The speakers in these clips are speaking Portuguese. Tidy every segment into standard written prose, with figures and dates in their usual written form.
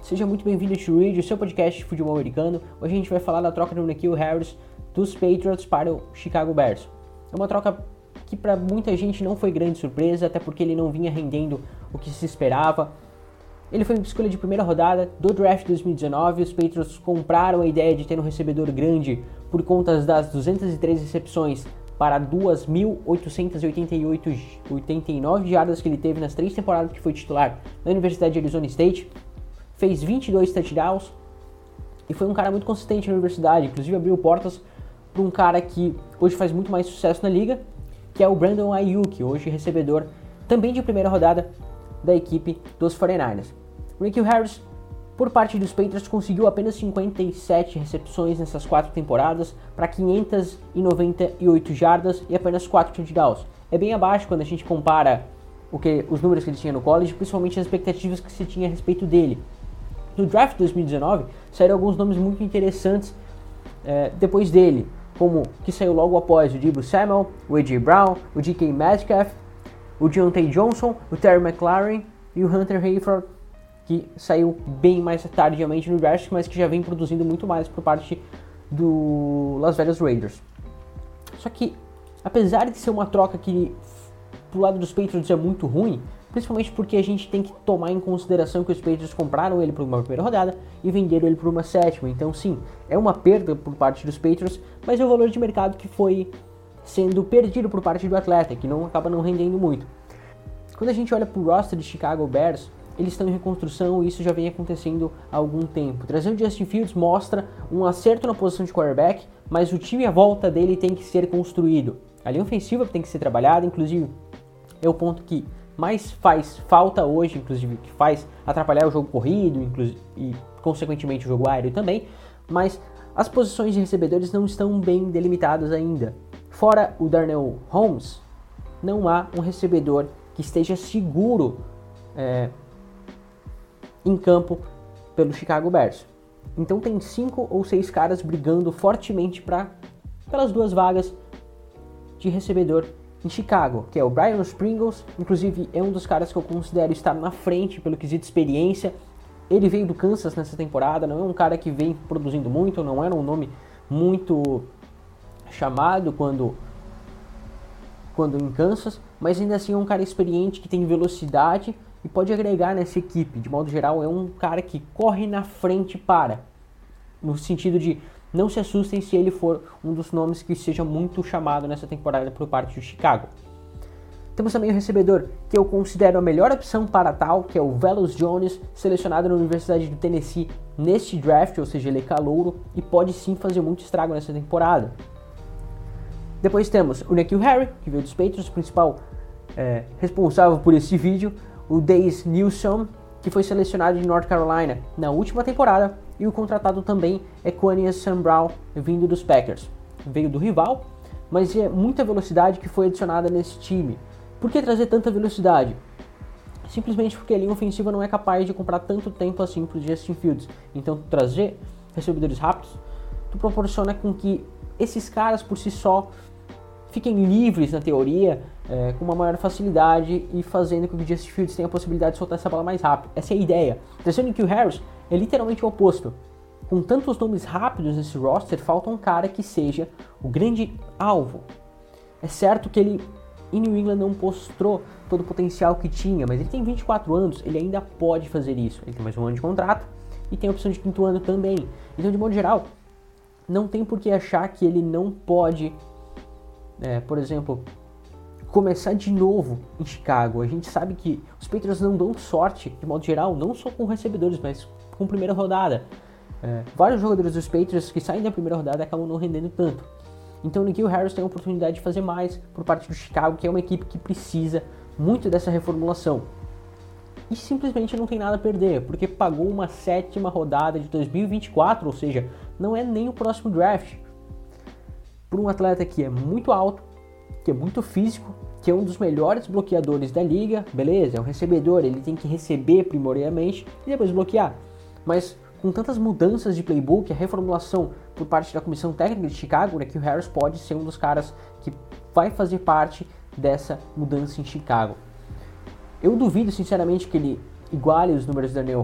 Seja muito bem-vindo ao True Read, o seu podcast de futebol americano. Hoje a gente vai falar da troca do N'Keal Harris dos Patriots para o Chicago Bears. É uma troca que para muita gente não foi grande surpresa, até porque ele não vinha rendendo o que se esperava. Ele foi uma escolha de primeira rodada do draft 2019, os Patriots compraram a ideia de ter um recebedor grande por conta das 203 recepções para 2.889 jardas que ele teve nas 3 temporadas que foi titular na Universidade de Arizona State. Fez 22 touchdowns e foi um cara muito consistente na universidade, inclusive abriu portas para um cara que hoje faz muito mais sucesso na liga, que é o Brandon Aiyuk, hoje recebedor também de primeira rodada da equipe dos 49ers. O N'Keal Harris, por parte dos Patriots, conseguiu apenas 57 recepções nessas 4 temporadas para 598 jardas e apenas 4 touchdowns. É bem abaixo quando a gente compara os números que ele tinha no college, principalmente as expectativas que se tinha a respeito dele. No draft 2019, saíram alguns nomes muito interessantes depois dele, como que saiu logo após o Deebo Samuel, o A.J. Brown, o D.K. Metcalf, o Deontay Johnson, o Terry McLaurin e o Hunter Hayford, que saiu bem mais tardiamente no draft, mas que já vem produzindo muito mais por parte do Las Vegas Raiders. Só que, apesar de ser uma troca que pro lado dos Patriots é muito ruim, principalmente porque a gente tem que tomar em consideração que os Patriots compraram ele por uma primeira rodada e venderam ele por uma sétima. Então sim, é uma perda por parte dos Patriots, mas é o valor de mercado que foi sendo perdido por parte do atleta, que acaba não rendendo muito. Quando a gente olha pro roster de Chicago Bears, eles estão em reconstrução e isso já vem acontecendo há algum tempo. Trazer o Justin Fields mostra um acerto na posição de quarterback, mas o time à volta dele tem que ser construído. A linha ofensiva tem que ser trabalhada, inclusive é o ponto que mais faz falta hoje, inclusive que faz atrapalhar o jogo corrido e consequentemente o jogo aéreo também, mas as posições de recebedores não estão bem delimitadas ainda. Fora o Darnell Holmes, não há um recebedor que esteja seguro em campo pelo Chicago Bears. Então tem 5 ou 6 caras brigando fortemente pelas 2 vagas de recebedor em Chicago, que é o Brian Springles, inclusive é um dos caras que eu considero estar na frente pelo quesito experiência. Ele veio do Kansas nessa temporada, não é um cara que vem produzindo muito, não era um nome muito chamado quando em Kansas, mas ainda assim é um cara experiente que tem velocidade e pode agregar nessa equipe. De modo geral, é um cara que corre na frente no sentido de não se assustem se ele for um dos nomes que seja muito chamado nessa temporada por parte do Chicago. Temos também o recebedor que eu considero a melhor opção para tal, que é o Velus Jones, selecionado na Universidade do Tennessee neste draft, ou seja, ele é calouro e pode sim fazer muito estrago nessa temporada. Depois temos o N'Keal Harris, que veio dos Patriots, o principal responsável por esse vídeo, o Dez Newsome, que foi selecionado de North Carolina na última temporada, e o contratado também é Quanias Sam Brown, vindo dos Packers. Veio do rival, mas é muita velocidade que foi adicionada nesse time. Por que trazer tanta velocidade? Simplesmente porque a linha ofensiva não é capaz de comprar tanto tempo assim para o Justin Fields. Então trazer recebedores rápidos, tu proporciona com que esses caras por si só fiquem livres na teoria, com uma maior facilidade e fazendo com que o Justin Fields tenha a possibilidade de soltar essa bola mais rápido. Essa é a ideia. Trazer o N'Keal Harris é literalmente o oposto. Com tantos nomes rápidos nesse roster, falta um cara que seja o grande alvo. É certo que ele em New England não mostrou todo o potencial que tinha, mas ele tem 24 anos, ele ainda pode fazer isso. Ele tem mais um ano de contrato e tem a opção de 5º ano também. Então, de modo geral, não tem por que achar que ele não pode, por exemplo, começar de novo em Chicago. A gente sabe que os Patriots não dão sorte, de modo geral, não só com recebedores, mas com primeira rodada. Vários jogadores dos Patriots que saem da primeira rodada acabam não rendendo tanto. Então o N'Keal Harris tem a oportunidade de fazer mais por parte do Chicago, que é uma equipe que precisa muito dessa reformulação. E simplesmente não tem nada a perder, porque pagou uma 7ª rodada de 2024, ou seja, não é nem o próximo draft. Por um atleta que é muito alto, que é muito físico, que é um dos melhores bloqueadores da liga, beleza, é um recebedor, ele tem que receber primordialmente e depois bloquear. Mas com tantas mudanças de playbook, a reformulação por parte da comissão técnica de Chicago, N'Keal Harris pode ser um dos caras que vai fazer parte dessa mudança em Chicago. Eu duvido sinceramente que ele iguale os números do Darnell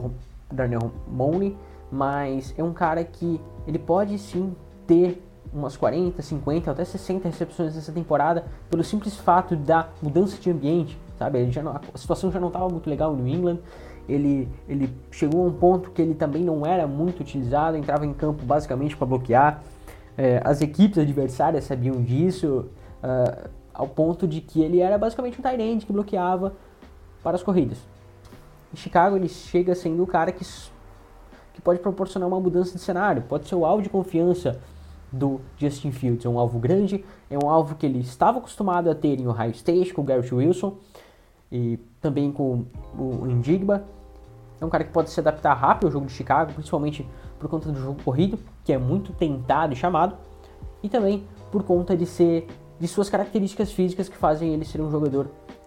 Darnell Mooney, mas é um cara que ele pode sim ter umas 40, 50, até 60 recepções nessa temporada, pelo simples fato da mudança de ambiente, sabe? A situação já não estava muito legal no New England, ele chegou a um ponto que ele também não era muito utilizado, entrava em campo basicamente para bloquear, as equipes adversárias sabiam disso, ao ponto de que ele era basicamente um tight end que bloqueava para as corridas. Em Chicago ele chega sendo o cara que pode proporcionar uma mudança de cenário, pode ser o alvo de confiança do Justin Fields. É um alvo grande, é um alvo que ele estava acostumado a ter em Ohio State com o Garrett Wilson e também com o Njigba. É um cara que pode se adaptar rápido ao jogo de Chicago, principalmente por conta do jogo corrido, que é muito tentado e chamado, e também por conta de suas características físicas que fazem ele ser um jogador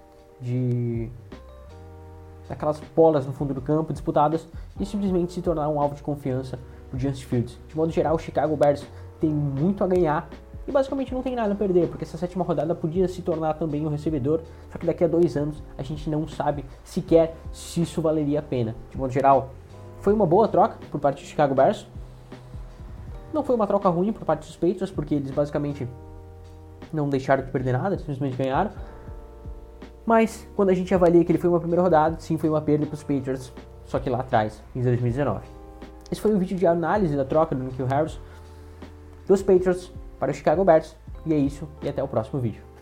daquelas bolas no fundo do campo disputadas e simplesmente se tornar um alvo de confiança do Justin Fields. De modo geral, o Chicago Bears tem muito a ganhar e basicamente não tem nada a perder, porque essa 7ª rodada podia se tornar também um recebedor, só que daqui a 2 anos a gente não sabe sequer se isso valeria a pena. De modo geral, foi uma boa troca por parte do Chicago Bears. Não foi uma troca ruim por parte dos Patriots, porque eles basicamente não deixaram de perder nada, simplesmente ganharam. Mas quando a gente avalia que ele foi uma primeira rodada, sim, foi uma perda para os Patriots, só que lá atrás, em 2019. Esse foi um vídeo de análise da troca do N'Keal Harris dos Patriots para o Chicago Bears. E é isso, e até o próximo vídeo.